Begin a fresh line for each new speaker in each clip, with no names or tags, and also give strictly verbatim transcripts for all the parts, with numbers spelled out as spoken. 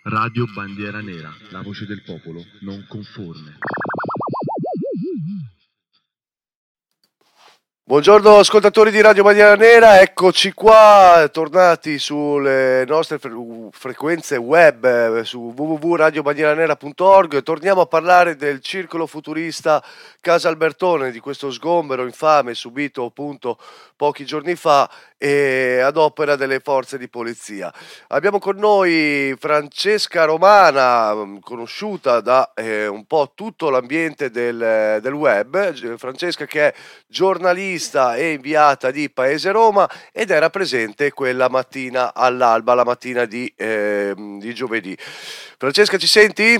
Radio Bandiera Nera, la voce del popolo non conforme.
Buongiorno ascoltatori di Radio Bandiera Nera, eccoci qua, tornati sulle nostre fre- frequenze web eh, su w w w punto radio bandiera nera punto org. Torniamo a parlare del circolo futurista Casa Albertone, di questo sgombero infame subito appunto pochi giorni fa e ad opera delle forze di polizia. Abbiamo con noi Francesca Romana, mh, conosciuta da eh, un po' tutto l'ambiente del, del web. G- Francesca che è giornalista e inviata di Paese Roma ed era presente quella mattina all'alba, la mattina di, eh, di giovedì. Francesca, ci senti?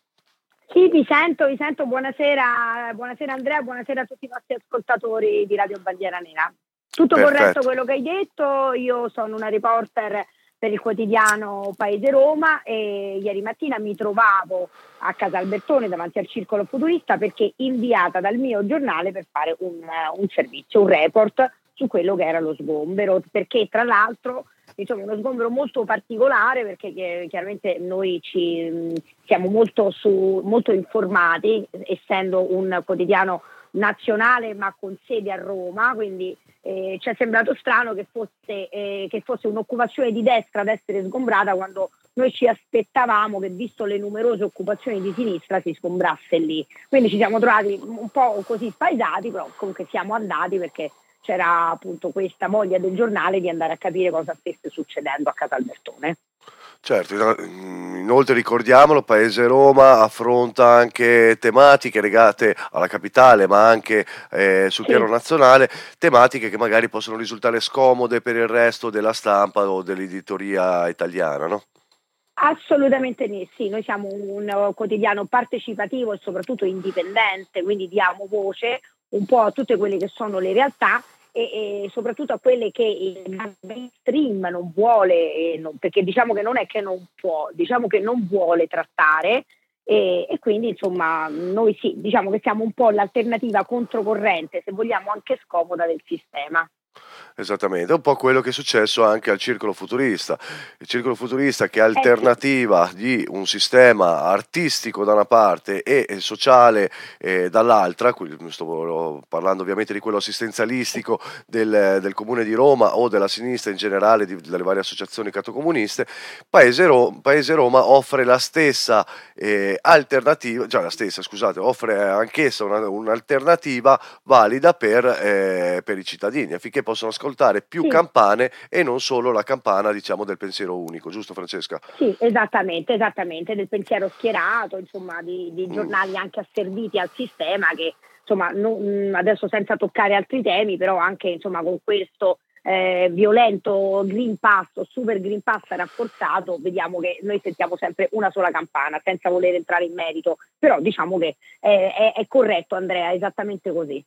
Sì, vi sento, vi sento, buonasera, buonasera Andrea, buonasera a tutti i nostri ascoltatori di Radio Bandiera Nera. Tutto
Perfetto.
corretto quello che hai detto, io sono una reporter per il quotidiano Paese Roma e ieri mattina mi trovavo a Casa Albertone davanti al Circolo Futurista perché inviata dal mio giornale per fare un, un servizio, un report su quello che era lo sgombero, perché tra l'altro insomma uno sgombero molto particolare perché chiaramente noi ci mh, siamo molto, su, molto informati, essendo un quotidiano nazionale ma con sede a Roma, quindi eh, ci è sembrato strano che fosse, eh, che fosse un'occupazione di destra ad essere sgombrata quando noi ci aspettavamo che, visto le numerose occupazioni di sinistra, si sgombrasse lì. Quindi ci siamo trovati un po' così spaesati, però comunque siamo andati perché c'era appunto questa voglia del giornale di andare a capire cosa stesse succedendo a Casa Albertone.
Certo, inoltre ricordiamolo, Paese Roma affronta anche tematiche legate alla capitale, ma anche eh, sul
Sì.
piano nazionale, tematiche che magari possono risultare scomode per il resto della stampa o dell'editoria italiana, no?
Assolutamente sì, noi siamo un quotidiano partecipativo e soprattutto indipendente, quindi diamo voce un po' a tutte quelle che sono le realtà e, e soprattutto a quelle che il mainstream non vuole, eh, non, perché diciamo che non è che non può, diciamo che non vuole trattare e, e quindi insomma noi sì, diciamo che siamo un po' l'alternativa controcorrente, se vogliamo anche scomoda del sistema.
Esattamente, è un po' quello che è successo anche al Circolo Futurista. Il Circolo Futurista che è
Eh sì.
alternativa di un sistema artistico da una parte e sociale eh, dall'altra, qui sto parlando ovviamente di quello assistenzialistico del, del Comune di Roma o della sinistra in generale, di, delle varie associazioni cattocomuniste. Paese, Ro- Paese Roma offre la stessa eh, alternativa, cioè la stessa, scusate, offre anch'essa una, un'alternativa valida per, eh, per i cittadini, affinché possano ascoltare più
Sì.
campane e non solo la campana, diciamo, del pensiero unico, giusto Francesca?
Sì, esattamente, esattamente, del pensiero schierato, insomma, di, di giornali mm. anche asserviti al sistema che, insomma, non, adesso senza toccare altri temi, però anche, insomma, con questo eh, violento Green Pass o Super Green Pass rafforzato, vediamo che noi sentiamo sempre una sola campana, senza voler entrare in merito, però diciamo che è, è, è corretto, Andrea, esattamente così.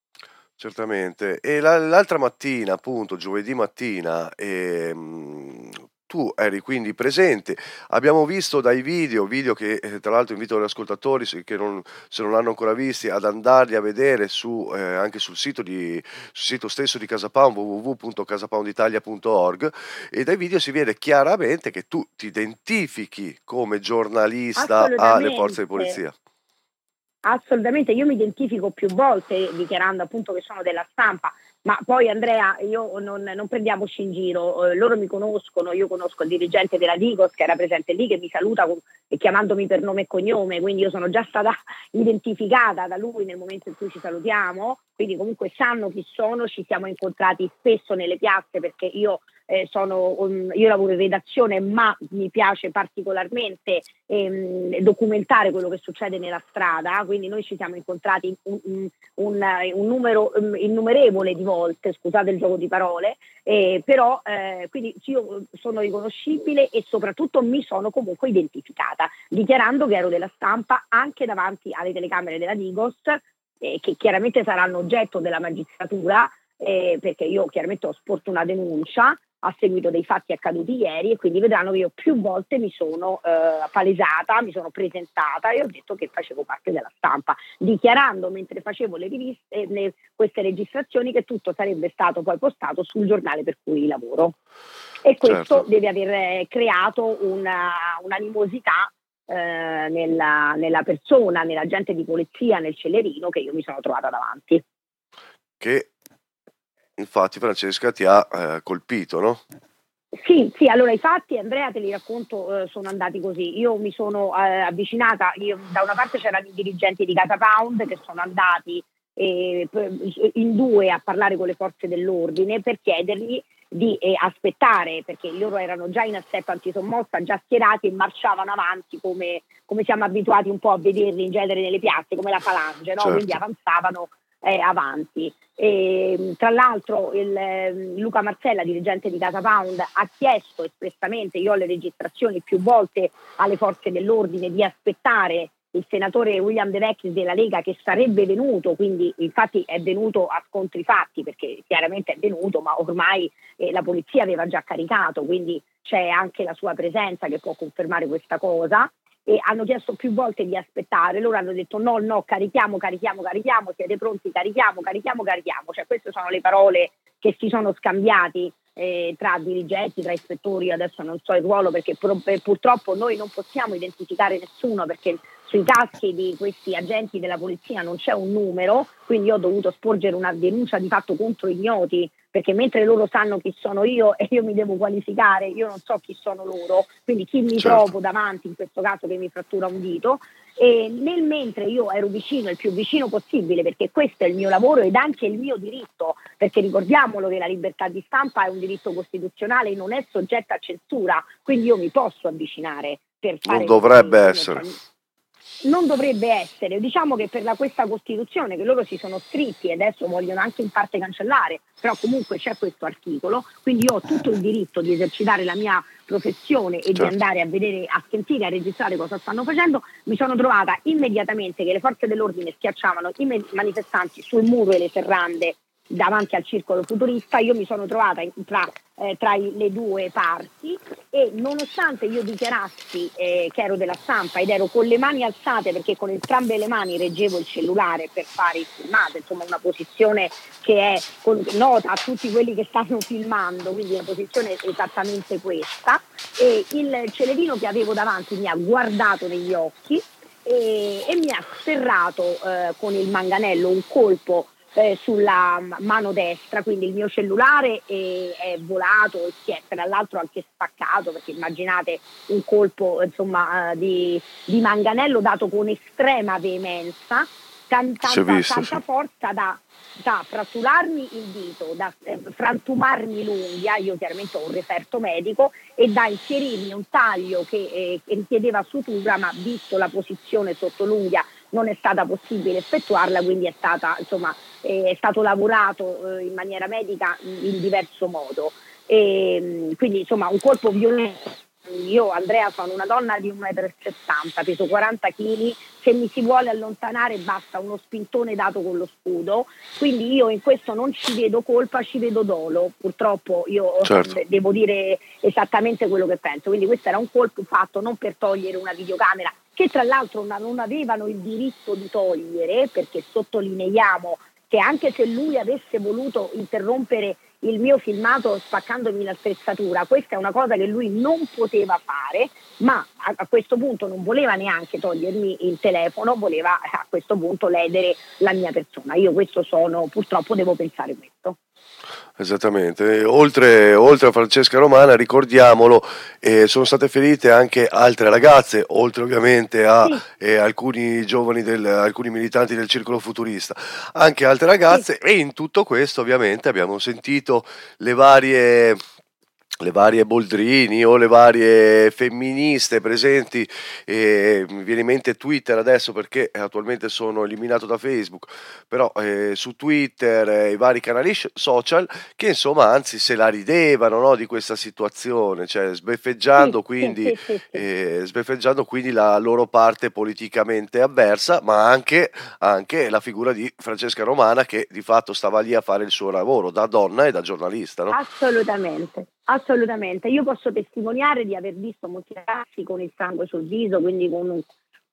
Certamente, e la, l'altra mattina, appunto, giovedì mattina, ehm, tu eri quindi presente, abbiamo visto dai video, video che eh, tra l'altro invito gli ascoltatori, se, che non, se non l'hanno ancora visti, ad andarli a vedere su, eh, anche sul sito, di, sul sito stesso di CasaPound, w w w punto casapound italia punto org, e dai video si vede chiaramente che tu ti identifichi come giornalista alle forze di polizia.
Assolutamente, io mi identifico più volte dichiarando appunto che sono della stampa, ma poi Andrea, io non, non prendiamoci in giro, eh, loro mi conoscono, io conosco il dirigente della Digos che era presente lì, che mi saluta con, chiamandomi per nome e cognome, quindi io sono già stata identificata da lui nel momento in cui ci salutiamo, quindi comunque sanno chi sono, ci siamo incontrati spesso nelle piazze perché io eh, sono, um, io lavoro in redazione, ma mi piace particolarmente ehm, documentare quello che succede nella strada, quindi noi ci siamo incontrati un, un, un, un numero um, innumerevole di volte, scusate il gioco di parole, eh, però eh, quindi io sono riconoscibile e soprattutto mi sono comunque identificata, dichiarando che ero della stampa anche davanti alle telecamere della Digos, eh, che chiaramente saranno oggetto della magistratura, eh, perché io chiaramente ho sporto una denuncia a seguito dei fatti accaduti ieri e quindi vedranno che io più volte mi sono eh, palesata, mi sono presentata e ho detto che facevo parte della stampa, dichiarando mentre facevo le riviste, le, queste registrazioni, che tutto sarebbe stato poi postato sul giornale per cui lavoro. e questo
certo.
deve aver creato una, un'animosità eh, nella, nella persona, nell'agente di polizia, nel Celerino che io mi sono trovata davanti.
Che infatti Francesca ti ha eh, colpito, no?
Sì, sì, allora i fatti, Andrea, te li racconto, eh, sono andati così. Io mi sono eh, avvicinata, io, da una parte c'erano i dirigenti di Casa Pound che sono andati eh, in due a parlare con le forze dell'ordine per chiedergli di eh, aspettare, perché loro erano già in assetto antisommossa, già schierati e marciavano avanti come, come siamo abituati un po' a vederli in genere nelle piazze, come la falange, no? Quindi
Certo.
avanzavano eh, avanti. E, tra l'altro il, eh, Luca Marcella, dirigente di Casa Pound, ha chiesto espressamente, io ho le registrazioni più volte, alle forze dell'ordine di aspettare il senatore William De Vecchis della Lega, che sarebbe venuto, quindi infatti è venuto a scontri fatti, perché chiaramente è venuto, ma ormai eh, la polizia aveva già caricato, quindi c'è anche la sua presenza che può confermare questa cosa. E hanno chiesto più volte di aspettare, loro hanno detto no, no, carichiamo, carichiamo, carichiamo, siete pronti, carichiamo, carichiamo, carichiamo. Cioè queste sono le parole che si sono scambiati eh, tra dirigenti, tra ispettori, adesso non so il ruolo perché pur, purtroppo noi non possiamo identificare nessuno, perché sui caschi di questi agenti della polizia non c'è un numero, quindi io ho dovuto sporgere una denuncia di fatto contro ignoti, perché mentre loro sanno chi sono io e io mi devo qualificare, io non so chi sono loro, quindi chi mi
Certo.
trovo davanti, in questo caso che mi frattura un dito, e nel mentre io ero vicino, il più vicino possibile, perché questo è il mio lavoro ed anche il mio diritto, perché ricordiamolo che la libertà di stampa è un diritto costituzionale e non è soggetta a censura, quindi io mi posso avvicinare per fare
Non dovrebbe
l'intervento.
essere.
Non dovrebbe essere, diciamo che per la, questa Costituzione che loro si sono scritti e adesso vogliono anche in parte cancellare, però comunque c'è questo articolo, quindi io ho tutto il diritto di esercitare la mia professione e
Certo.
di andare a vedere, a sentire, a registrare cosa stanno facendo. Mi sono trovata immediatamente che le forze dell'ordine schiacciavano i manifestanti sul muro e le serrande davanti al circolo futurista. Io mi sono trovata in, tra, eh, tra i, le due parti, e nonostante io dichiarassi eh, che ero della stampa ed ero con le mani alzate, perché con entrambe le mani reggevo il cellulare per fare il filmato, insomma una posizione che è con, nota a tutti quelli che stanno filmando, quindi una posizione esattamente questa, e il Celerino che avevo davanti mi ha guardato negli occhi e, e mi ha serrato eh, con il manganello un colpo Eh, sulla mano destra, quindi il mio cellulare è, è volato e si è tra l'altro anche spaccato, perché immaginate un colpo insomma eh, di, di manganello dato con estrema veemenza, tan-
Si è
tanta,
visto,
tanta
sì.
forza da, da fratturarmi il dito, da eh, frantumarmi l'unghia, io chiaramente ho un referto medico, e da inserirmi un taglio che, eh, che richiedeva sutura, ma visto la posizione sotto l'unghia non è stata possibile effettuarla, quindi è stata insomma è stato lavorato eh, in maniera medica in diverso modo, e quindi insomma un colpo violento. Io, Andrea, sono una donna di uno virgola settanta metri, peso quaranta chili, se mi si vuole allontanare basta uno spintone dato con lo scudo, quindi io in questo non ci vedo colpa, ci vedo dolo. Purtroppo io
Certo.
devo dire esattamente quello che penso, quindi questo era un colpo fatto non per togliere una videocamera, che tra l'altro non avevano il diritto di togliere, perché sottolineiamo che anche se lui avesse voluto interrompere il mio filmato spaccandomi l'attrezzatura, questa è una cosa che lui non poteva fare, ma a, a questo punto non voleva neanche togliermi il telefono, voleva a questo punto ledere la mia persona. Io questo sono, purtroppo devo pensare questo.
Esattamente, oltre, oltre a Francesca Romana, ricordiamolo, eh, sono state ferite anche altre ragazze, oltre ovviamente a
Sì.
eh, alcuni giovani, del, alcuni militanti del circolo futurista, anche altre ragazze, sì. E in tutto questo ovviamente abbiamo sentito le varie... le varie Boldrini o le varie femministe presenti, eh, mi viene in mente Twitter adesso perché attualmente sono eliminato da Facebook, però eh, su Twitter e eh, i vari canali social che insomma anzi se la ridevano, no, di questa situazione, cioè sbeffeggiando,
Sì,
quindi,
sì, sì, sì.
eh, sbeffeggiando quindi la loro parte politicamente avversa, ma anche, anche la figura di Francesca Romana che di fatto stava lì a fare il suo lavoro da donna e da giornalista, no?
Assolutamente, assolutamente. Io posso testimoniare di aver visto molti ragazzi con il sangue sul viso, quindi con un,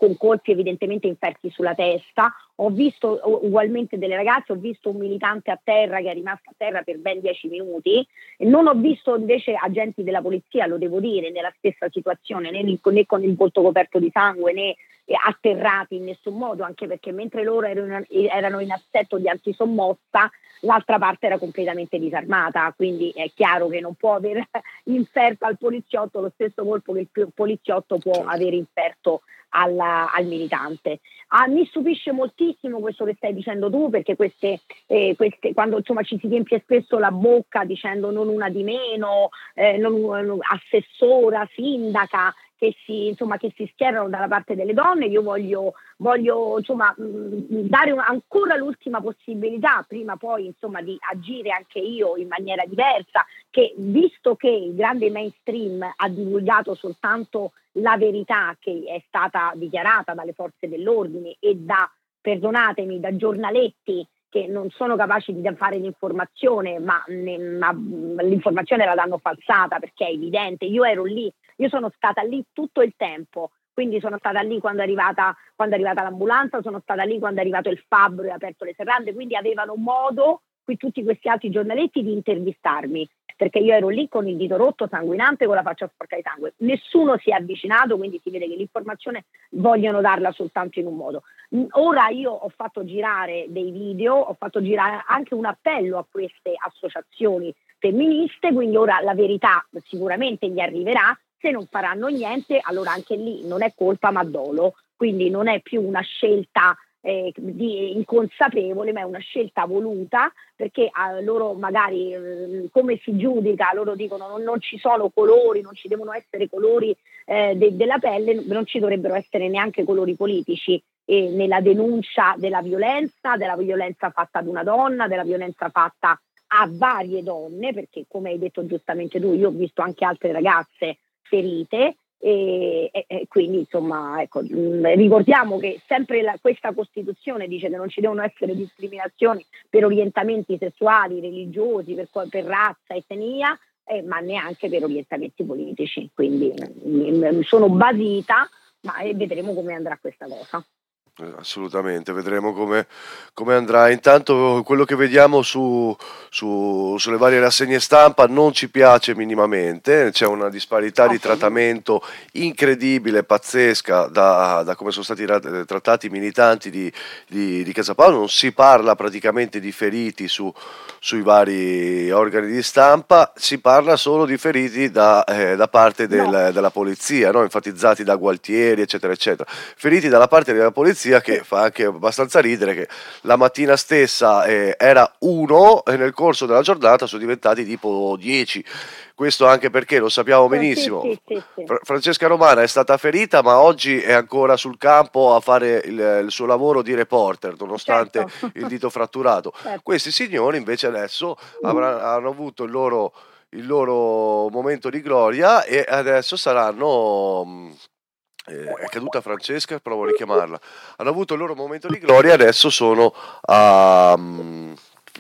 con colpi evidentemente inferti sulla testa. Ho visto ugualmente delle ragazze, ho visto un militante a terra che è rimasto a terra per ben dieci minuti, e non ho visto invece agenti della polizia, lo devo dire, nella stessa situazione, né, né con il volto coperto di sangue né atterrati in nessun modo, anche perché mentre loro erano, erano in assetto di antisommossa, l'altra parte era completamente disarmata, quindi è chiaro che non può aver inferto al poliziotto lo stesso colpo che il poliziotto può aver inferto alla, al militante. Ah, mi stupisce moltissimo questo che stai dicendo tu, perché queste, eh, queste quando insomma ci si riempie spesso la bocca dicendo non una di meno, eh, non, non, assessora, sindaca, che si, insomma, che si schierano dalla parte delle donne. Io voglio, voglio insomma, mh, dare un, ancora l'ultima possibilità, prima poi insomma, di agire anche io in maniera diversa, che visto che il grande mainstream ha divulgato soltanto la verità che è stata dichiarata dalle forze dell'ordine e da, perdonatemi, da giornaletti che non sono capaci di fare l'informazione, ma, ne, ma l'informazione la danno falsata, perché è evidente. Io ero lì, io sono stata lì tutto il tempo, quindi sono stata lì quando è arrivata, quando è arrivata l'ambulanza, sono stata lì quando è arrivato il fabbro e ha aperto le serrande, quindi avevano modo, qui tutti questi altri giornaletti, di intervistarmi, perché io ero lì con il dito rotto, sanguinante, con la faccia sporca di sangue. Nessuno si è avvicinato, quindi si vede che l'informazione vogliono darla soltanto in un modo. Ora io ho fatto girare dei video, ho fatto girare anche un appello a queste associazioni femministe, quindi ora la verità sicuramente gli arriverà. Se non faranno niente, allora anche lì non è colpa ma dolo, quindi non è più una scelta Eh, di inconsapevole, ma è una scelta voluta, perché a loro magari eh, come si giudica, loro dicono non, non ci sono colori, non ci devono essere colori eh, de- della pelle, non ci dovrebbero essere neanche colori politici e nella denuncia della violenza, della violenza fatta ad una donna, della violenza fatta a varie donne, perché come hai detto giustamente tu, io ho visto anche altre ragazze ferite. E, e, e quindi insomma ecco, mh, ricordiamo che sempre la, questa Costituzione dice che non ci devono essere discriminazioni per orientamenti sessuali, religiosi, per, per razza, etnia, eh, ma neanche per orientamenti politici, quindi mh, sono basita, ma eh, vedremo come andrà questa cosa.
Assolutamente, vedremo come, come andrà. Intanto quello che vediamo su, su, sulle varie rassegne stampa non ci piace minimamente, c'è una disparità di trattamento incredibile, pazzesca, da, da come sono stati ra- trattati i militanti di, di, di Casa Pound. Non si parla praticamente di feriti su, sui vari organi di stampa, si parla solo di feriti da, eh, da parte del, no. della polizia, no? Enfatizzati da Gualtieri, eccetera, eccetera. Feriti dalla parte della polizia, che fa anche abbastanza ridere, che la mattina stessa eh, era uno e nel corso della giornata sono diventati tipo dieci. Questo anche perché lo sappiamo benissimo,
sì, sì, sì, sì.
Francesca Romana è stata ferita, ma oggi è ancora sul campo a fare il, il suo lavoro di reporter, nonostante certo. il dito fratturato. Certo. Questi signori invece adesso avranno, hanno avuto il loro, il loro momento di gloria e adesso saranno... Eh, è caduta Francesca, provo a richiamarla. Hanno avuto il loro momento di gloria, adesso sono a... Um...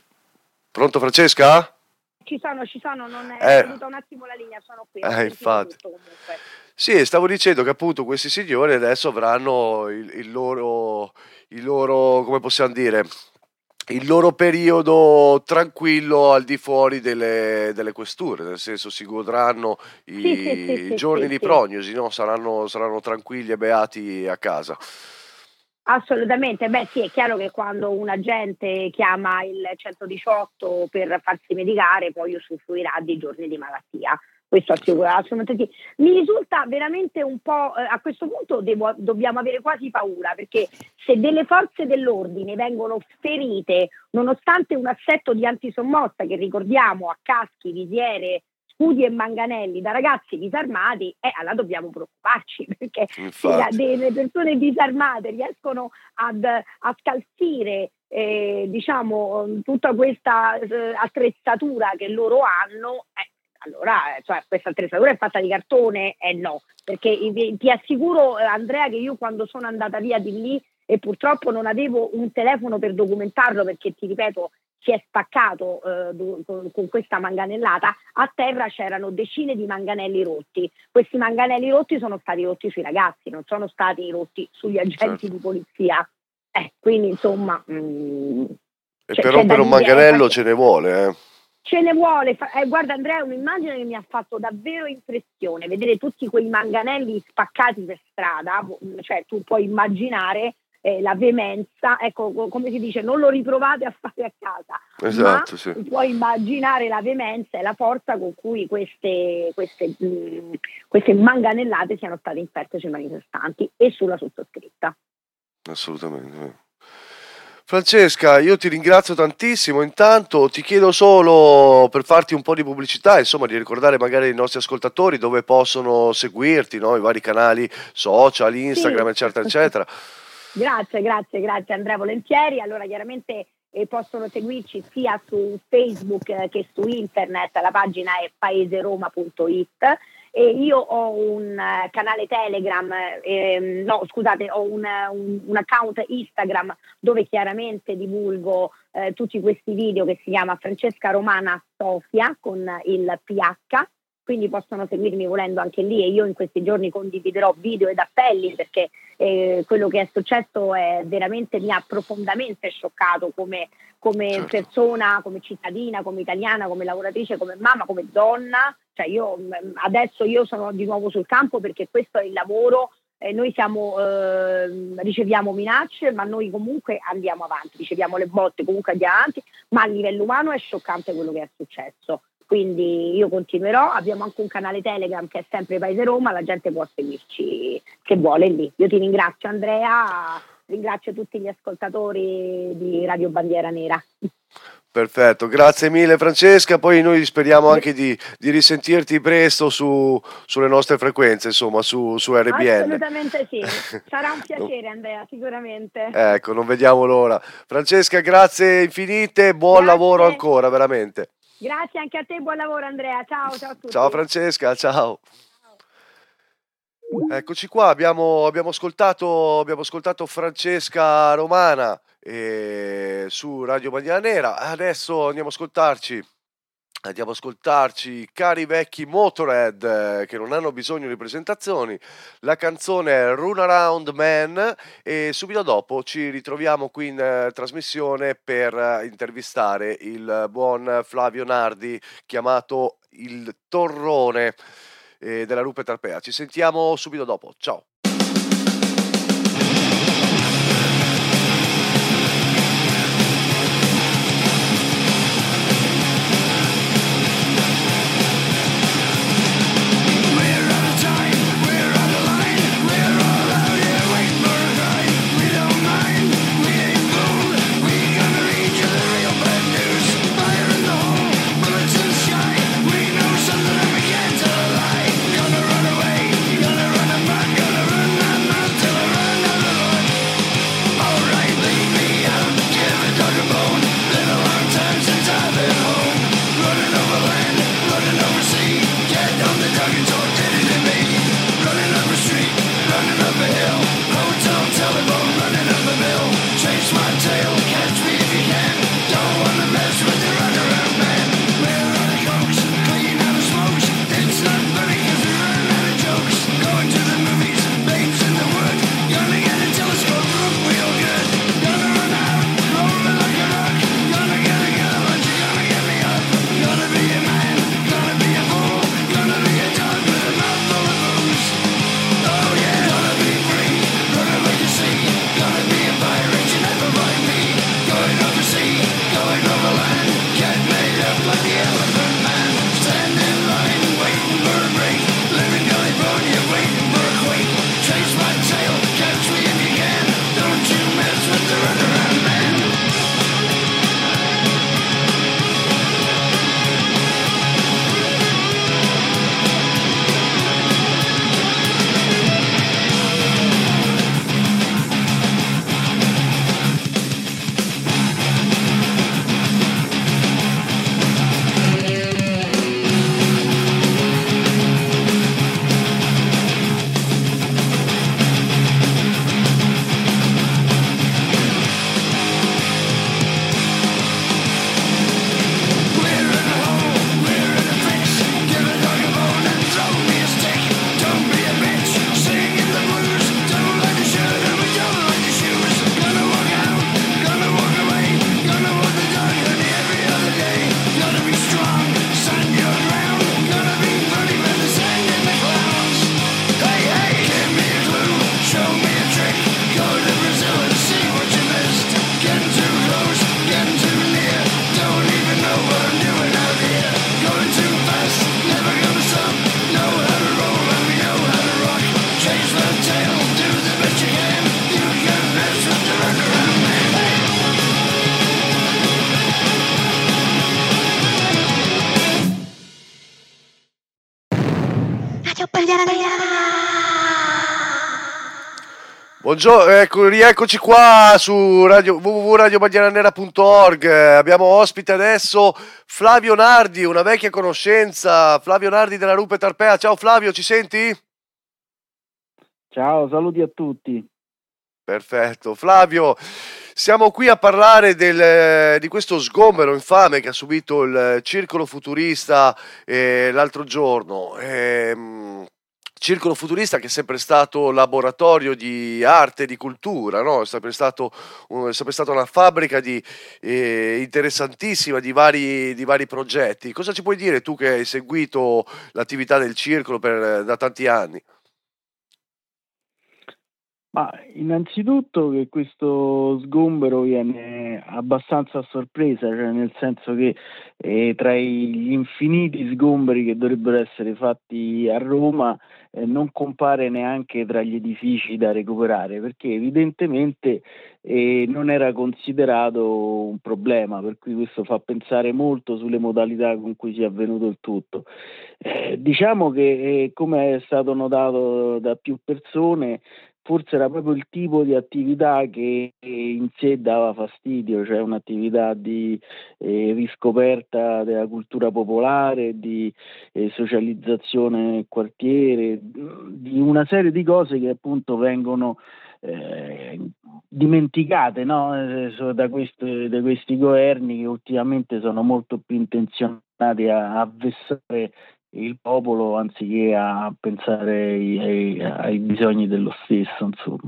Pronto Francesca?
Ci sono, ci sono, non è
eh,
caduta un attimo la linea, sono qui.
Eh, infatti. Tutto, sì, stavo dicendo che appunto questi signori adesso avranno il, il loro, il loro, come possiamo dire, il loro periodo tranquillo al di fuori delle, delle questure, nel senso si godranno i,
sì, sì, sì,
i giorni
sì,
di
sì.
prognosi, no? saranno, saranno tranquilli e beati a casa.
Assolutamente, beh sì, è chiaro che quando un agente chiama il centodiciotto per farsi medicare poi usufruirà di giorni di malattia. Questo assolutamente sì. Mi risulta veramente un po', eh, a questo punto devo, dobbiamo avere quasi paura, perché se delle forze dell'ordine vengono ferite nonostante un assetto di antisommossa che ricordiamo a caschi, visiere, scudi e manganelli da ragazzi disarmati, eh, allora dobbiamo preoccuparci, perché Infatti. se delle persone disarmate riescono ad, a scalfire eh, diciamo tutta questa eh, attrezzatura che loro hanno, eh, allora cioè, questa attrezzatura è fatta di cartone? Eh no, perché ti assicuro Andrea che io quando sono andata via di lì e purtroppo non avevo un telefono per documentarlo, perché ti ripeto si è spaccato eh, con, con questa manganellata, a terra c'erano decine di manganelli rotti. Questi manganelli rotti sono stati rotti sui ragazzi, non sono stati rotti sugli agenti
certo.
di polizia. Eh, quindi insomma... Mh,
E
c'è,
per
c'è
rompere
da
un
dire,
manganello
eh,
ce ne vuole, eh.
Ce ne vuole, eh, guarda Andrea, è un'immagine che mi ha fatto davvero impressione, vedere tutti quei manganelli spaccati per strada, cioè tu puoi immaginare eh, la veemenza, ecco come si dice, non lo riprovate a fare a casa,
Esatto,
ma
sì.
puoi immaginare la veemenza e la forza con cui queste, queste, mh, queste manganellate siano state inferte sui manifestanti e sulla sottoscritta.
Assolutamente. Francesca, io ti ringrazio tantissimo. Intanto ti chiedo solo per farti un po' di pubblicità, insomma, di ricordare magari ai nostri ascoltatori dove possono seguirti, no? I vari canali social, Instagram,
Sì.
eccetera, eccetera.
Grazie, grazie, grazie Andrea, volentieri. Allora chiaramente eh, possono seguirci sia su Facebook eh, che su internet, la pagina è paeseroma punto it. E io ho un uh, canale Telegram, eh, no scusate, ho un, un, un account Instagram dove chiaramente divulgo eh, tutti questi video, che si chiama Francesca Romana Sofia con il P H, quindi possono seguirmi volendo anche lì, e io in questi giorni condividerò video ed appelli, perché eh, quello che è successo è veramente, mi ha profondamente scioccato come, come
Certo.
persona, come cittadina, come italiana, come lavoratrice, come mamma, come donna. Cioè io adesso io sono di nuovo sul campo perché questo è il lavoro, eh, noi siamo, eh, riceviamo minacce, ma noi comunque andiamo avanti, riceviamo le botte, comunque andiamo avanti, ma a livello umano è scioccante quello che è successo. Quindi io continuerò, abbiamo anche un canale Telegram che è sempre Paese Roma, la gente può seguirci se vuole lì. Io ti ringrazio Andrea, ringrazio tutti gli ascoltatori di Radio Bandiera Nera.
Perfetto, grazie mille Francesca, poi noi speriamo anche di, di risentirti presto su, sulle nostre frequenze, insomma, su, su R B N.
Assolutamente sì, sarà un piacere Andrea, sicuramente.
Ecco, non vediamo l'ora. Francesca, grazie infinite, buon
Grazie.
lavoro ancora, veramente.
Grazie anche a te, buon lavoro Andrea, ciao, ciao a tutti.
Ciao Francesca, ciao. Eccoci qua, abbiamo, abbiamo, ascoltato, abbiamo ascoltato Francesca Romana eh, su Radio Bandiera Nera. Adesso andiamo a ascoltarci, andiamo ad ascoltarci cari vecchi Motorhead eh, che non hanno bisogno di presentazioni. La canzone è Run Around Man e subito dopo ci ritroviamo qui in eh, trasmissione per eh, intervistare il buon Flavio Nardi, chiamato il Torrone eh, della Rupe Tarpea. Ci sentiamo subito dopo, ciao.
Gonna run away, gonna run a man, gonna
Buongiorno, ecco, rieccoci qua su radio, w w w punto radio bandiera nera punto org. Eh, abbiamo ospite adesso Flavio Nardi, una vecchia conoscenza, Flavio Nardi della Rupe Tarpea. Ciao Flavio, ci senti?
Ciao, saluti a tutti.
Perfetto. Flavio, siamo qui a parlare del, di questo sgombero infame che ha subito il Circolo Futurista eh, l'altro giorno. Ehm, Circolo Futurista che è sempre stato laboratorio di arte e di cultura, no? È sempre stato, un- è sempre stata una fabbrica di, eh, interessantissima di vari, di vari progetti. Cosa ci puoi dire tu che hai seguito l'attività del circolo per- da tanti anni?
Ma innanzitutto che questo sgombero viene abbastanza a sorpresa, cioè nel senso che eh, tra i- gli infiniti sgomberi che dovrebbero essere fatti a Roma eh, non compare neanche tra gli edifici da recuperare, perché evidentemente eh, non era considerato un problema, per cui questo fa pensare molto sulle modalità con cui sia avvenuto il tutto. Eh, diciamo che, eh, come è stato notato da più persone, forse era proprio il tipo di attività che in sé dava fastidio, cioè un'attività di eh, riscoperta della cultura popolare, di eh, socializzazione nel quartiere, di una serie di cose che appunto vengono eh, dimenticate, no? Eh, so- da, queste- da questi governi che ultimamente sono molto più intenzionati a, a vessare il popolo anziché a pensare ai, ai- ai bisogni dello stesso, insomma.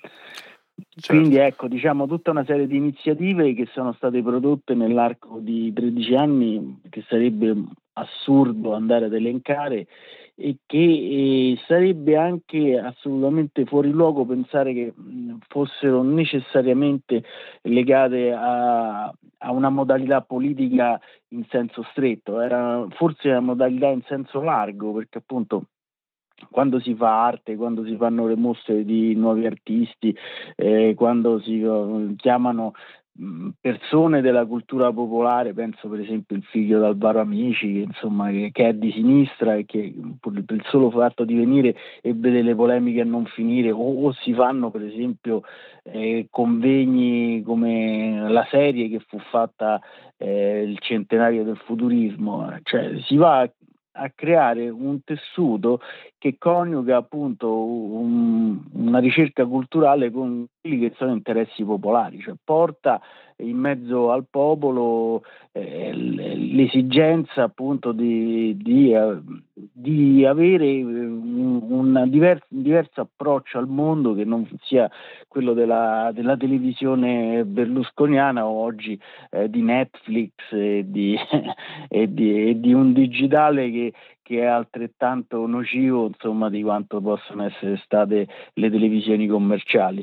Quindi
Certo.
ecco, diciamo tutta una serie di iniziative che sono state prodotte nell'arco di tredici anni, che sarebbe assurdo andare ad elencare, e che eh, sarebbe anche assolutamente fuori luogo pensare che mh, fossero necessariamente legate a, a una modalità politica in senso stretto, era forse una modalità in senso largo, perché appunto quando si fa arte, quando si fanno le mostre di nuovi artisti, eh, quando si eh, chiamano mh, persone della cultura popolare, penso per esempio il figlio d'Alvaro Amici, che, insomma, che, che è di sinistra e che pur per il solo fatto di venire ebbe delle polemiche a non finire, o, o si fanno per esempio eh, convegni come la serie che fu fatta eh, il centenario del futurismo, cioè si va a a creare un tessuto che coniuga appunto un- una ricerca culturale con quelli che sono interessi popolari, cioè porta in mezzo al popolo eh, l- l'esigenza appunto di, di, eh, di avere eh, un, un diver- un diverso approccio al mondo che non sia quello della, della televisione berlusconiana o oggi eh, di Netflix e di, e di, e di un digitale che che è altrettanto nocivo, insomma, di quanto possono essere state le televisioni commerciali.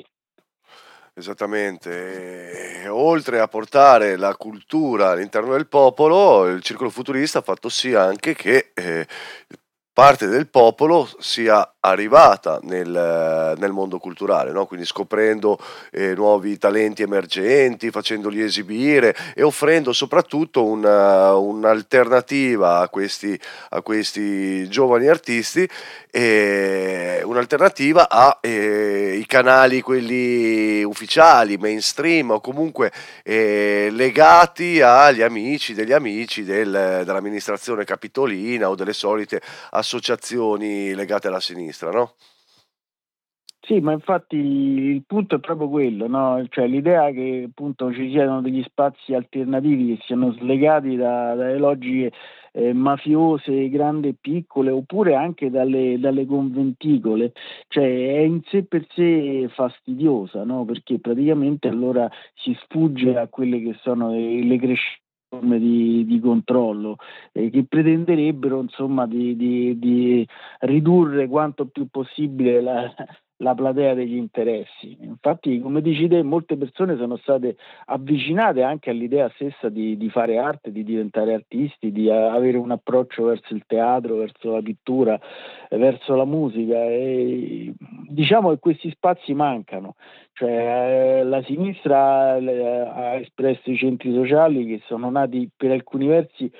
Esattamente, e oltre a portare la cultura all'interno del popolo, il circolo futurista ha fatto sì anche che eh, parte del popolo sia arrivata nel, nel mondo culturale, no? Quindi scoprendo eh, nuovi talenti emergenti, facendoli esibire e offrendo soprattutto una, un'alternativa a questi, a questi giovani artisti, e un'alternativa ai canali, quelli ufficiali, mainstream o comunque eh, legati agli amici degli amici del- dell'amministrazione capitolina o delle solite associazioni legate alla sinistra, no?
Sì, ma infatti il punto è proprio quello, no? Cioè l'idea che appunto ci siano degli spazi alternativi che siano slegati da, dalle logiche eh, mafiose, grandi e piccole, oppure anche dalle, dalle conventicole, cioè è in sé per sé fastidiosa, no? Perché praticamente allora si sfugge a quelle che sono le, le crescenti forme di, di controllo eh, che pretenderebbero insomma di, di, di ridurre quanto più possibile la, la platea degli interessi. Infatti, come dici te, molte persone sono state avvicinate anche all'idea stessa di, di fare arte, di diventare artisti, di a, avere un approccio verso il teatro, verso la pittura, eh, verso la musica. E diciamo che questi spazi mancano. Cioè, eh, la sinistra eh, ha espresso i centri sociali che sono nati per alcuni versi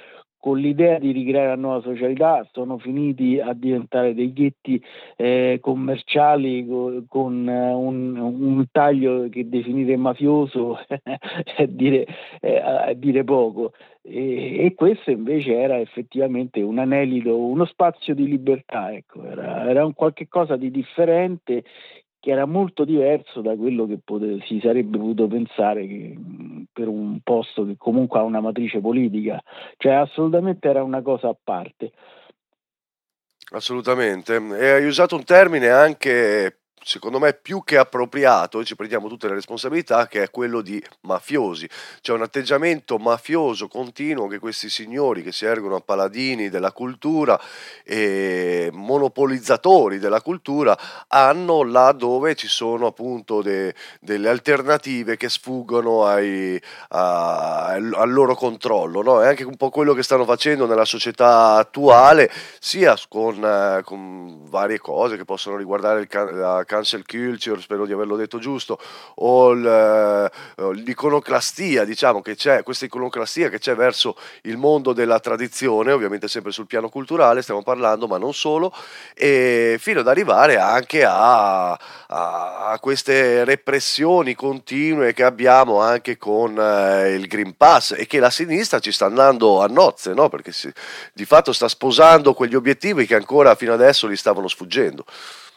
con l'idea di ricreare una nuova socialità sono finiti a diventare dei ghetti eh, commerciali co- con eh, un, un taglio che definire mafioso è dire, è, è dire poco. E, e questo invece era effettivamente un anelito, uno spazio di libertà, ecco, era, era un qualche cosa di differente, che era molto diverso da quello che pote- si sarebbe potuto pensare che, per un posto che comunque ha una matrice politica, cioè assolutamente era una cosa a parte.
Assolutamente. E hai usato un termine anche, secondo me, più che appropriato, e ci prendiamo tutte le responsabilità, che è quello di mafiosi. C'è un atteggiamento mafioso continuo che questi signori che si ergono a paladini della cultura e monopolizzatori della cultura hanno là dove ci sono appunto de- delle alternative che sfuggono ai, a- al loro controllo, no? È anche un po' quello che stanno facendo nella società attuale, sia con, eh, con varie cose che possono riguardare il can- la cancel culture, spero di averlo detto giusto, o il, eh, l'iconoclastia, diciamo che c'è, questa iconoclastia che c'è verso il mondo della tradizione, ovviamente sempre sul piano culturale stiamo parlando, ma non solo, e fino ad arrivare anche a, a, a queste repressioni continue che abbiamo anche con eh, il Green Pass, e che la sinistra ci sta andando a nozze, no? Perché si, di fatto sta sposando quegli obiettivi che ancora fino adesso gli stavano sfuggendo.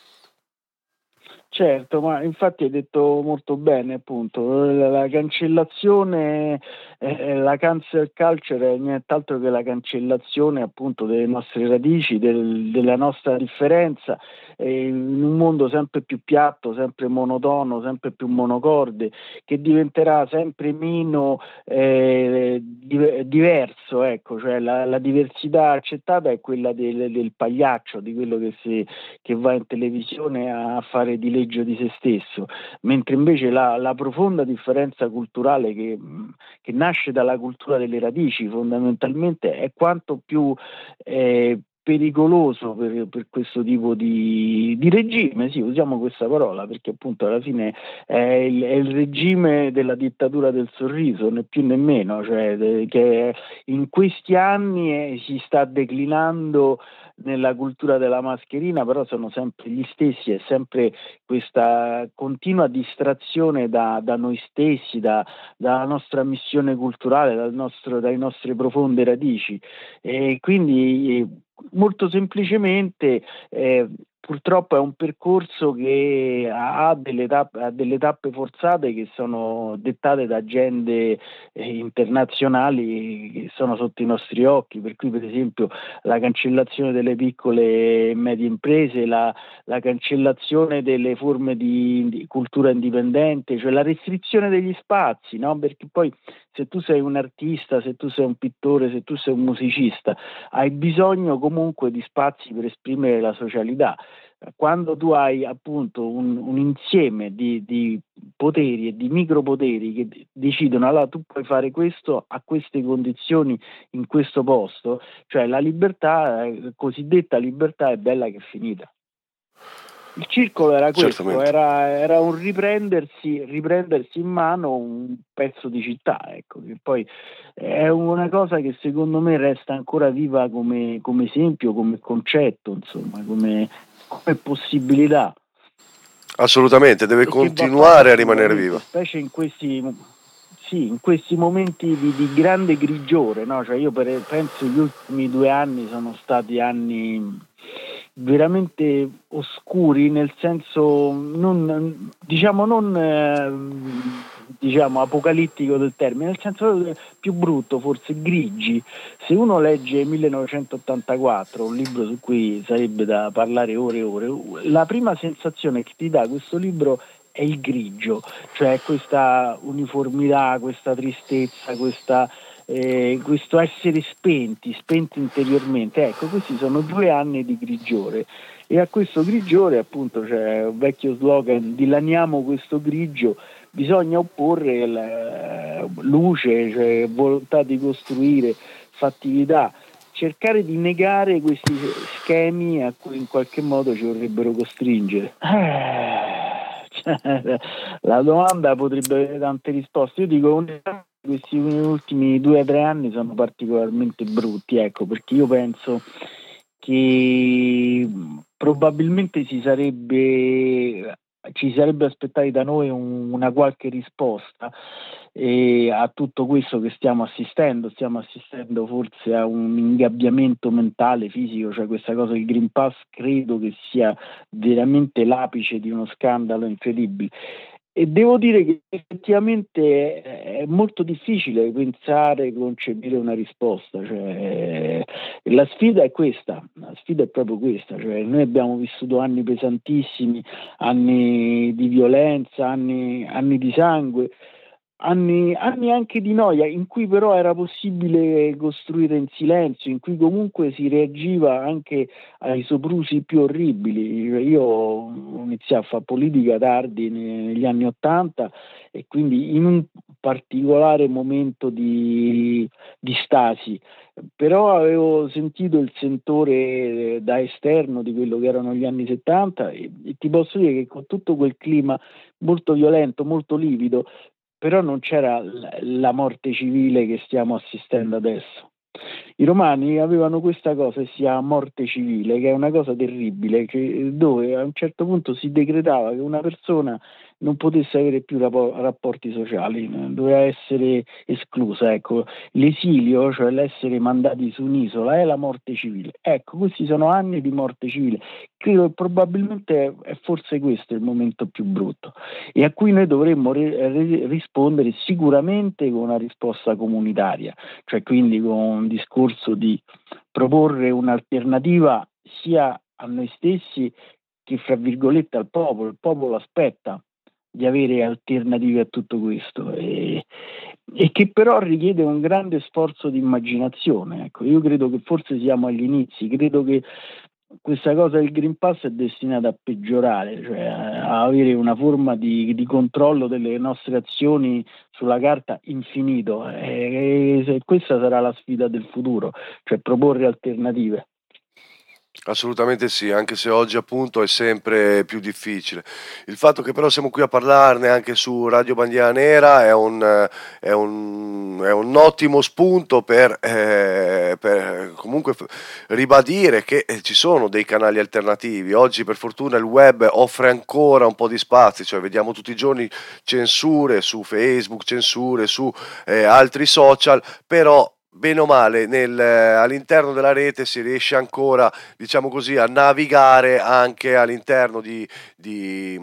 Certo, ma infatti hai detto molto bene, appunto, la, la cancellazione, eh, la cancel culture è nient'altro che la cancellazione appunto delle nostre radici, del- della nostra differenza, eh, in un mondo sempre più piatto, sempre monotono, sempre più monocorde, che diventerà sempre meno eh, di- diverso, ecco, cioè la, la diversità accettata è quella del, del pagliaccio, di quello che si che va in televisione a fare dileggio di se stesso, mentre invece la, la profonda differenza culturale che, che nasce dalla cultura delle radici fondamentalmente è quanto più eh, pericoloso per, per questo tipo di, di regime, sì, usiamo questa parola perché appunto alla fine è il, è il regime della dittatura del sorriso, né più né meno, cioè de, che in questi anni eh, si sta declinando nella cultura della mascherina, però sono sempre gli stessi, è sempre questa continua distrazione da, da noi stessi, da, dalla nostra missione culturale, dal nostro, dalle nostre profonde radici. E quindi eh, molto semplicemente eh, purtroppo è un percorso che ha delle tappe, ha delle tappe forzate che sono dettate da agende eh, internazionali che sono sotto i nostri occhi, per cui per esempio la cancellazione delle piccole e medie imprese, la, la cancellazione delle forme di, di cultura indipendente, cioè la restrizione degli spazi, no? Perché poi se tu sei un artista, se tu sei un pittore, se tu sei un musicista, hai bisogno comunque di spazi per esprimere la socialità. Quando tu hai appunto un, un insieme di, di poteri e di micropoteri che decidono allora tu puoi fare questo a queste condizioni in questo posto, cioè la libertà, eh, cosiddetta libertà è bella che è finita. Il circolo era questo,
Certamente.
era, era un riprendersi, riprendersi in mano un pezzo di città, ecco, che poi è una cosa che secondo me resta ancora viva come, come esempio, come concetto, insomma, come, come possibilità.
Assolutamente, deve
E che va
continuare
fatta
a rimanere viva.
specie in questi, sì, in questi momenti di, di grande grigiore, no? Cioè io per, penso gli ultimi due anni sono stati anni veramente oscuri, nel senso non, diciamo non eh, diciamo apocalittico del termine, nel senso più brutto, forse grigi. Se uno legge millenovecentottantaquattro, un libro su cui sarebbe da parlare ore e ore, la prima sensazione che ti dà questo libro è il grigio, cioè questa uniformità, questa tristezza, questa eh, questo essere spenti, spenti interiormente. Ecco, questi sono due anni di grigiore, e a questo grigiore appunto c'è un vecchio slogan: dilaniamo questo grigio. Bisogna opporre la luce, cioè volontà di costruire, fattività, cercare di negare questi schemi a cui in qualche modo ci vorrebbero costringere. Eh, cioè, la domanda potrebbe avere tante risposte. Io dico questi ultimi due o tre anni sono particolarmente brutti, ecco, perché io penso che probabilmente si sarebbe ci sarebbe aspettati da noi un, una qualche risposta eh, a tutto questo che stiamo assistendo. Stiamo assistendo forse a un ingabbiamento mentale, fisico, cioè questa cosa del Green Pass credo che sia veramente l'apice di uno scandalo incredibile. E devo dire che effettivamente è molto difficile pensare, concepire una risposta, cioè, la sfida è questa, la sfida è proprio questa, cioè, noi abbiamo vissuto anni pesantissimi, anni di violenza, anni, anni di sangue, anni, anni anche di noia, in cui però era possibile costruire in silenzio, in cui comunque si reagiva anche ai soprusi più orribili. Io iniziai a fare politica tardi negli anni Ottanta e quindi in un particolare momento di, di stasi, però avevo sentito il sentore da esterno di quello che erano gli anni settanta e, e ti posso dire che con tutto quel clima molto violento, molto livido, però non c'era la morte civile che stiamo assistendo adesso. I romani avevano questa cosa che si chiama morte civile, che è una cosa terribile, che, dove a un certo punto si decretava che una persona non potesse avere più rapporti sociali, doveva essere esclusa. Ecco, l'esilio, cioè l'essere mandati su un'isola, è la morte civile. Ecco, questi sono anni di morte civile. Credo che probabilmente è forse questo il momento più brutto e a cui noi dovremmo re- re- rispondere sicuramente con una risposta comunitaria, cioè quindi con un discorso di proporre un'alternativa sia a noi stessi che fra virgolette al popolo. Il popolo aspetta di avere alternative a tutto questo e, e che però richiede un grande sforzo di immaginazione. Ecco, io credo che forse siamo agli inizi, credo che questa cosa del Green Pass è destinata a peggiorare, cioè a avere una forma di, di controllo delle nostre azioni sulla carta infinito e, e questa sarà la sfida del futuro, cioè proporre alternative.
Assolutamente sì, anche se oggi appunto è sempre più difficile. Il fatto che però siamo qui a parlarne anche su Radio Bandiera Nera è un, è un, è un ottimo spunto per, eh, per comunque ribadire che ci sono dei canali alternativi. Oggi per fortuna il web offre ancora un po' di spazi, cioè vediamo tutti i giorni censure su Facebook, censure su eh, altri social, però bene o male nel, all'interno della rete si riesce ancora, diciamo così, a navigare anche all'interno di, di,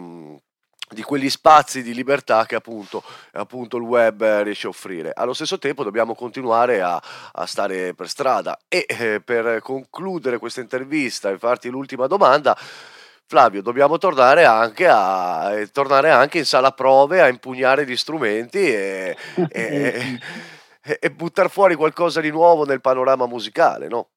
di quegli spazi di libertà che appunto, appunto il web riesce a offrire. Allo stesso tempo dobbiamo continuare a, a stare per strada e eh, per concludere questa intervista e farti l'ultima domanda, Flavio, dobbiamo tornare anche a eh, tornare anche in sala prove a impugnare gli strumenti e, e, e, e buttare fuori qualcosa di nuovo nel panorama musicale, no?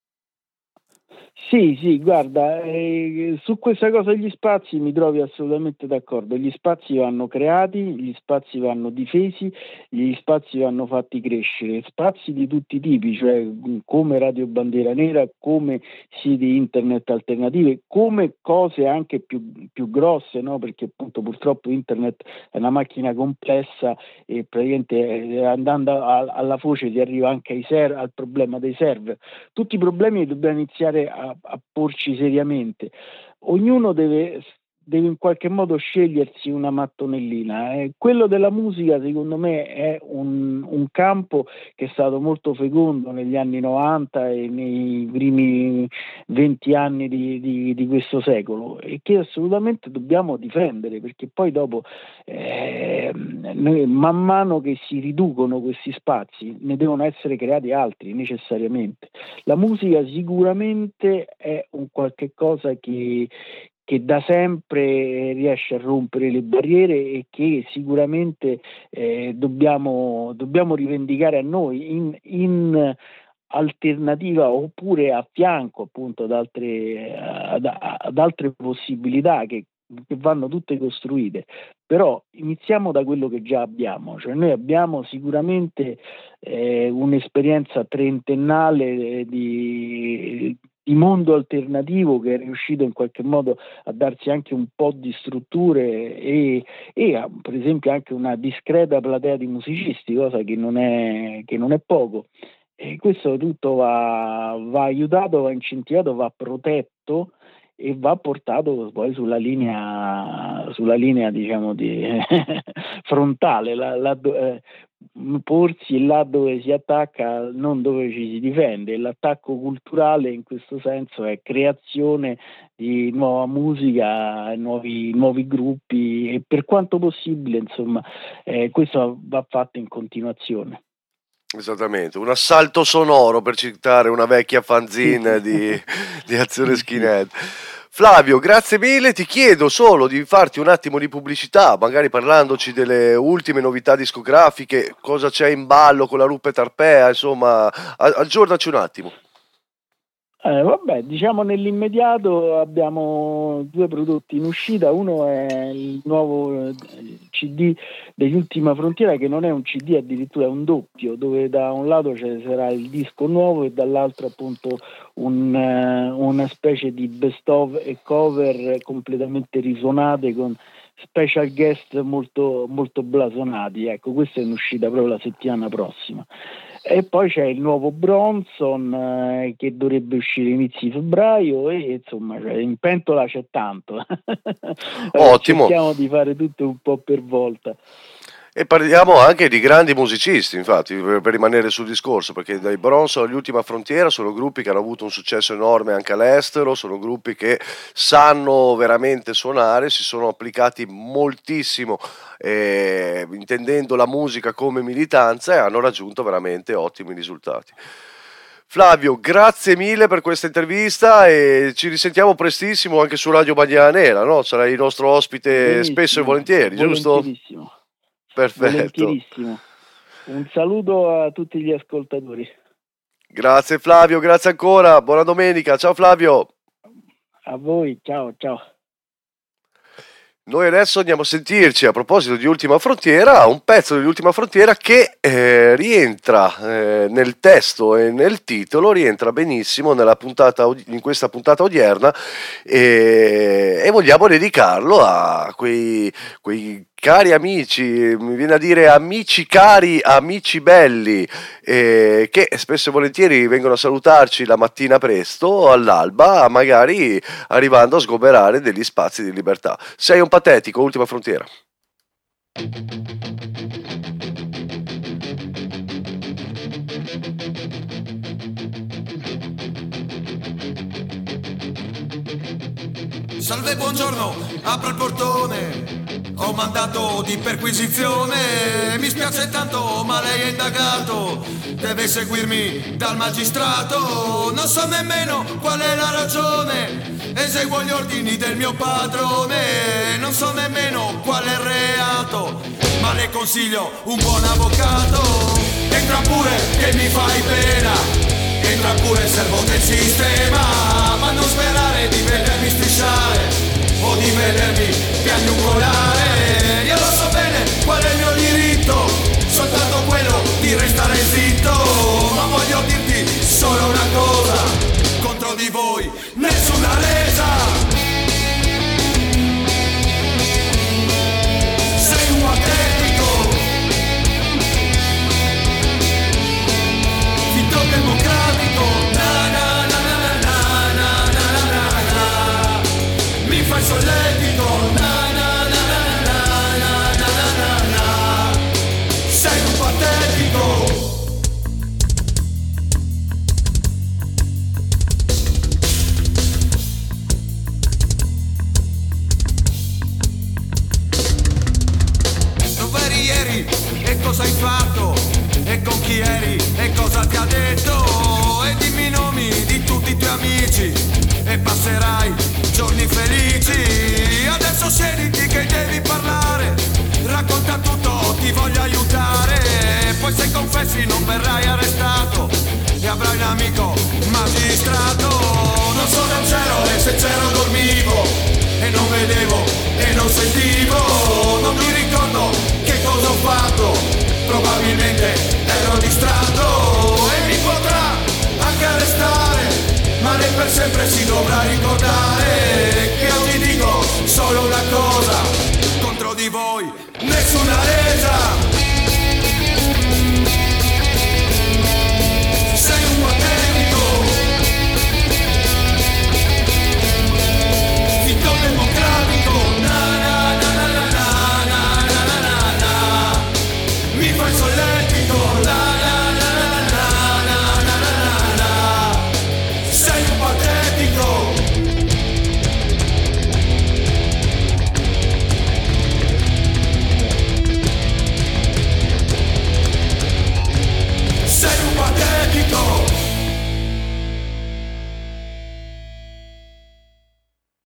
Sì, sì, guarda, eh, su questa cosa degli spazi mi trovi assolutamente d'accordo. Gli spazi vanno creati, gli spazi vanno difesi, gli spazi vanno fatti crescere, spazi di tutti i tipi, cioè come Radio Bandiera Nera, come siti internet alternative, come cose anche più, più grosse, no? Perché appunto purtroppo internet è una macchina complessa e praticamente eh, andando a, alla foce si arriva anche ai ser- al problema dei server. Tutti i problemi dobbiamo iniziare a a porci seriamente. Ognuno deve, deve in qualche modo scegliersi una mattonellina. Eh. Quello della musica secondo me è un, un campo che è stato molto fecondo negli anni novanta e nei primi venti anni di, di, di questo secolo e che assolutamente dobbiamo difendere, perché poi dopo eh, noi, man mano che si riducono questi spazi ne devono essere creati altri necessariamente. La musica sicuramente è un qualche cosa che che da sempre riesce a rompere le barriere e che sicuramente eh, dobbiamo, dobbiamo rivendicare a noi in, in alternativa oppure a fianco appunto ad altre, ad, ad altre possibilità che, che vanno tutte costruite. Però iniziamo da quello che già abbiamo, cioè noi abbiamo sicuramente eh, un'esperienza trentennale di di mondo alternativo che è riuscito in qualche modo a darsi anche un po' di strutture e, e a, per esempio anche una discreta platea di musicisti, cosa che non è, che non è poco. E questo tutto va, va aiutato, va incentivato, va protetto e va portato poi sulla linea, sulla linea diciamo di frontale, la, la, eh, porsi là dove si attacca, non dove ci si difende. L'attacco culturale in questo senso è creazione di nuova musica, nuovi, nuovi gruppi e per quanto possibile, insomma, eh, questo va fatto in continuazione.
Esattamente, un assalto sonoro, per citare una vecchia fanzine di, di Azione Skinhead. Flavio, grazie mille, ti chiedo solo di farti un attimo di pubblicità, magari parlandoci delle ultime novità discografiche, cosa c'è in ballo con la Ruppe Tarpea, insomma, aggiornaci un attimo.
Eh, vabbè, diciamo nell'immediato abbiamo due prodotti in uscita, uno è il nuovo C D degli Ultima Frontiera, che non è un C D, addirittura è un doppio, dove da un lato ci sarà il disco nuovo e dall'altro appunto un, una specie di best of e cover completamente risuonate con special guest molto, molto blasonati. Ecco, questa è in uscita proprio la settimana prossima. E poi c'è il nuovo Bronson eh, che dovrebbe uscire inizi febbraio e insomma cioè, in pentola c'è tanto.
Ottimo.
Cerchiamo di fare tutto un po' per volta.
E parliamo anche di grandi musicisti, infatti, per, per rimanere sul discorso, perché dai Bronson all'Ultima Frontiera sono gruppi che hanno avuto un successo enorme anche all'estero, sono gruppi che sanno veramente suonare, si sono applicati moltissimo eh, intendendo la musica come militanza e hanno raggiunto veramente ottimi risultati. Flavio, grazie mille per questa intervista e ci risentiamo prestissimo anche su Radio Bandiera Nera, no? Sarai il nostro ospite benissimo, spesso e volentieri, giusto? Perfetto.
Un saluto a tutti gli ascoltatori.
Grazie Flavio, grazie ancora, buona domenica, ciao Flavio.
A voi, ciao ciao.
Noi adesso andiamo a sentirci, a proposito di Ultima Frontiera, un pezzo di Ultima Frontiera che eh, rientra eh, nel testo e nel titolo, rientra benissimo nella puntata, in questa puntata odierna e, e vogliamo dedicarlo a quei, quei cari amici, mi viene a dire amici cari, amici belli, eh, che spesso e volentieri vengono a salutarci la mattina presto, all'alba, magari arrivando a sgoberare degli spazi di libertà. Sei un patetico, Ultima Frontiera.
Salve, buongiorno, apro il portone. Ho mandato di perquisizione, mi spiace tanto ma lei è indagato, deve seguirmi dal magistrato, non so nemmeno qual è la ragione, eseguo gli ordini del mio padrone, non so nemmeno qual è il reato, ma le consiglio un buon avvocato, entra pure che mi fai pena, entra pure servo del sistema, ma non sperare di vedermi strisciare o di vedermi piagnucolare. Io lo so bene qual è il mio diritto, soltanto quello di restare zitto, ma voglio dirti solo una cosa, contro di voi nessuna resa. Sei un patetico, finto democratico, na na na na na na na na na na, mi fai solletico, na na na na na na na na na, sei un patetico. Dove eri ieri e cosa hai fatto? E con chi eri e cosa ti ha detto? E dimmi i nomi di tutti i tuoi amici e passerai giorni felici. Adesso siediti che devi parlare, racconta tutto, ti voglio aiutare. Poi se confessi non verrai arrestato e avrai un amico magistrato. Non sono un cielo e se c'ero dormivo e non vedevo e non sentivo, non mi ricordo che cosa ho fatto, probabilmente ero distratto e mi potrà anche arrestare ma lei per sempre si dovrà ricordare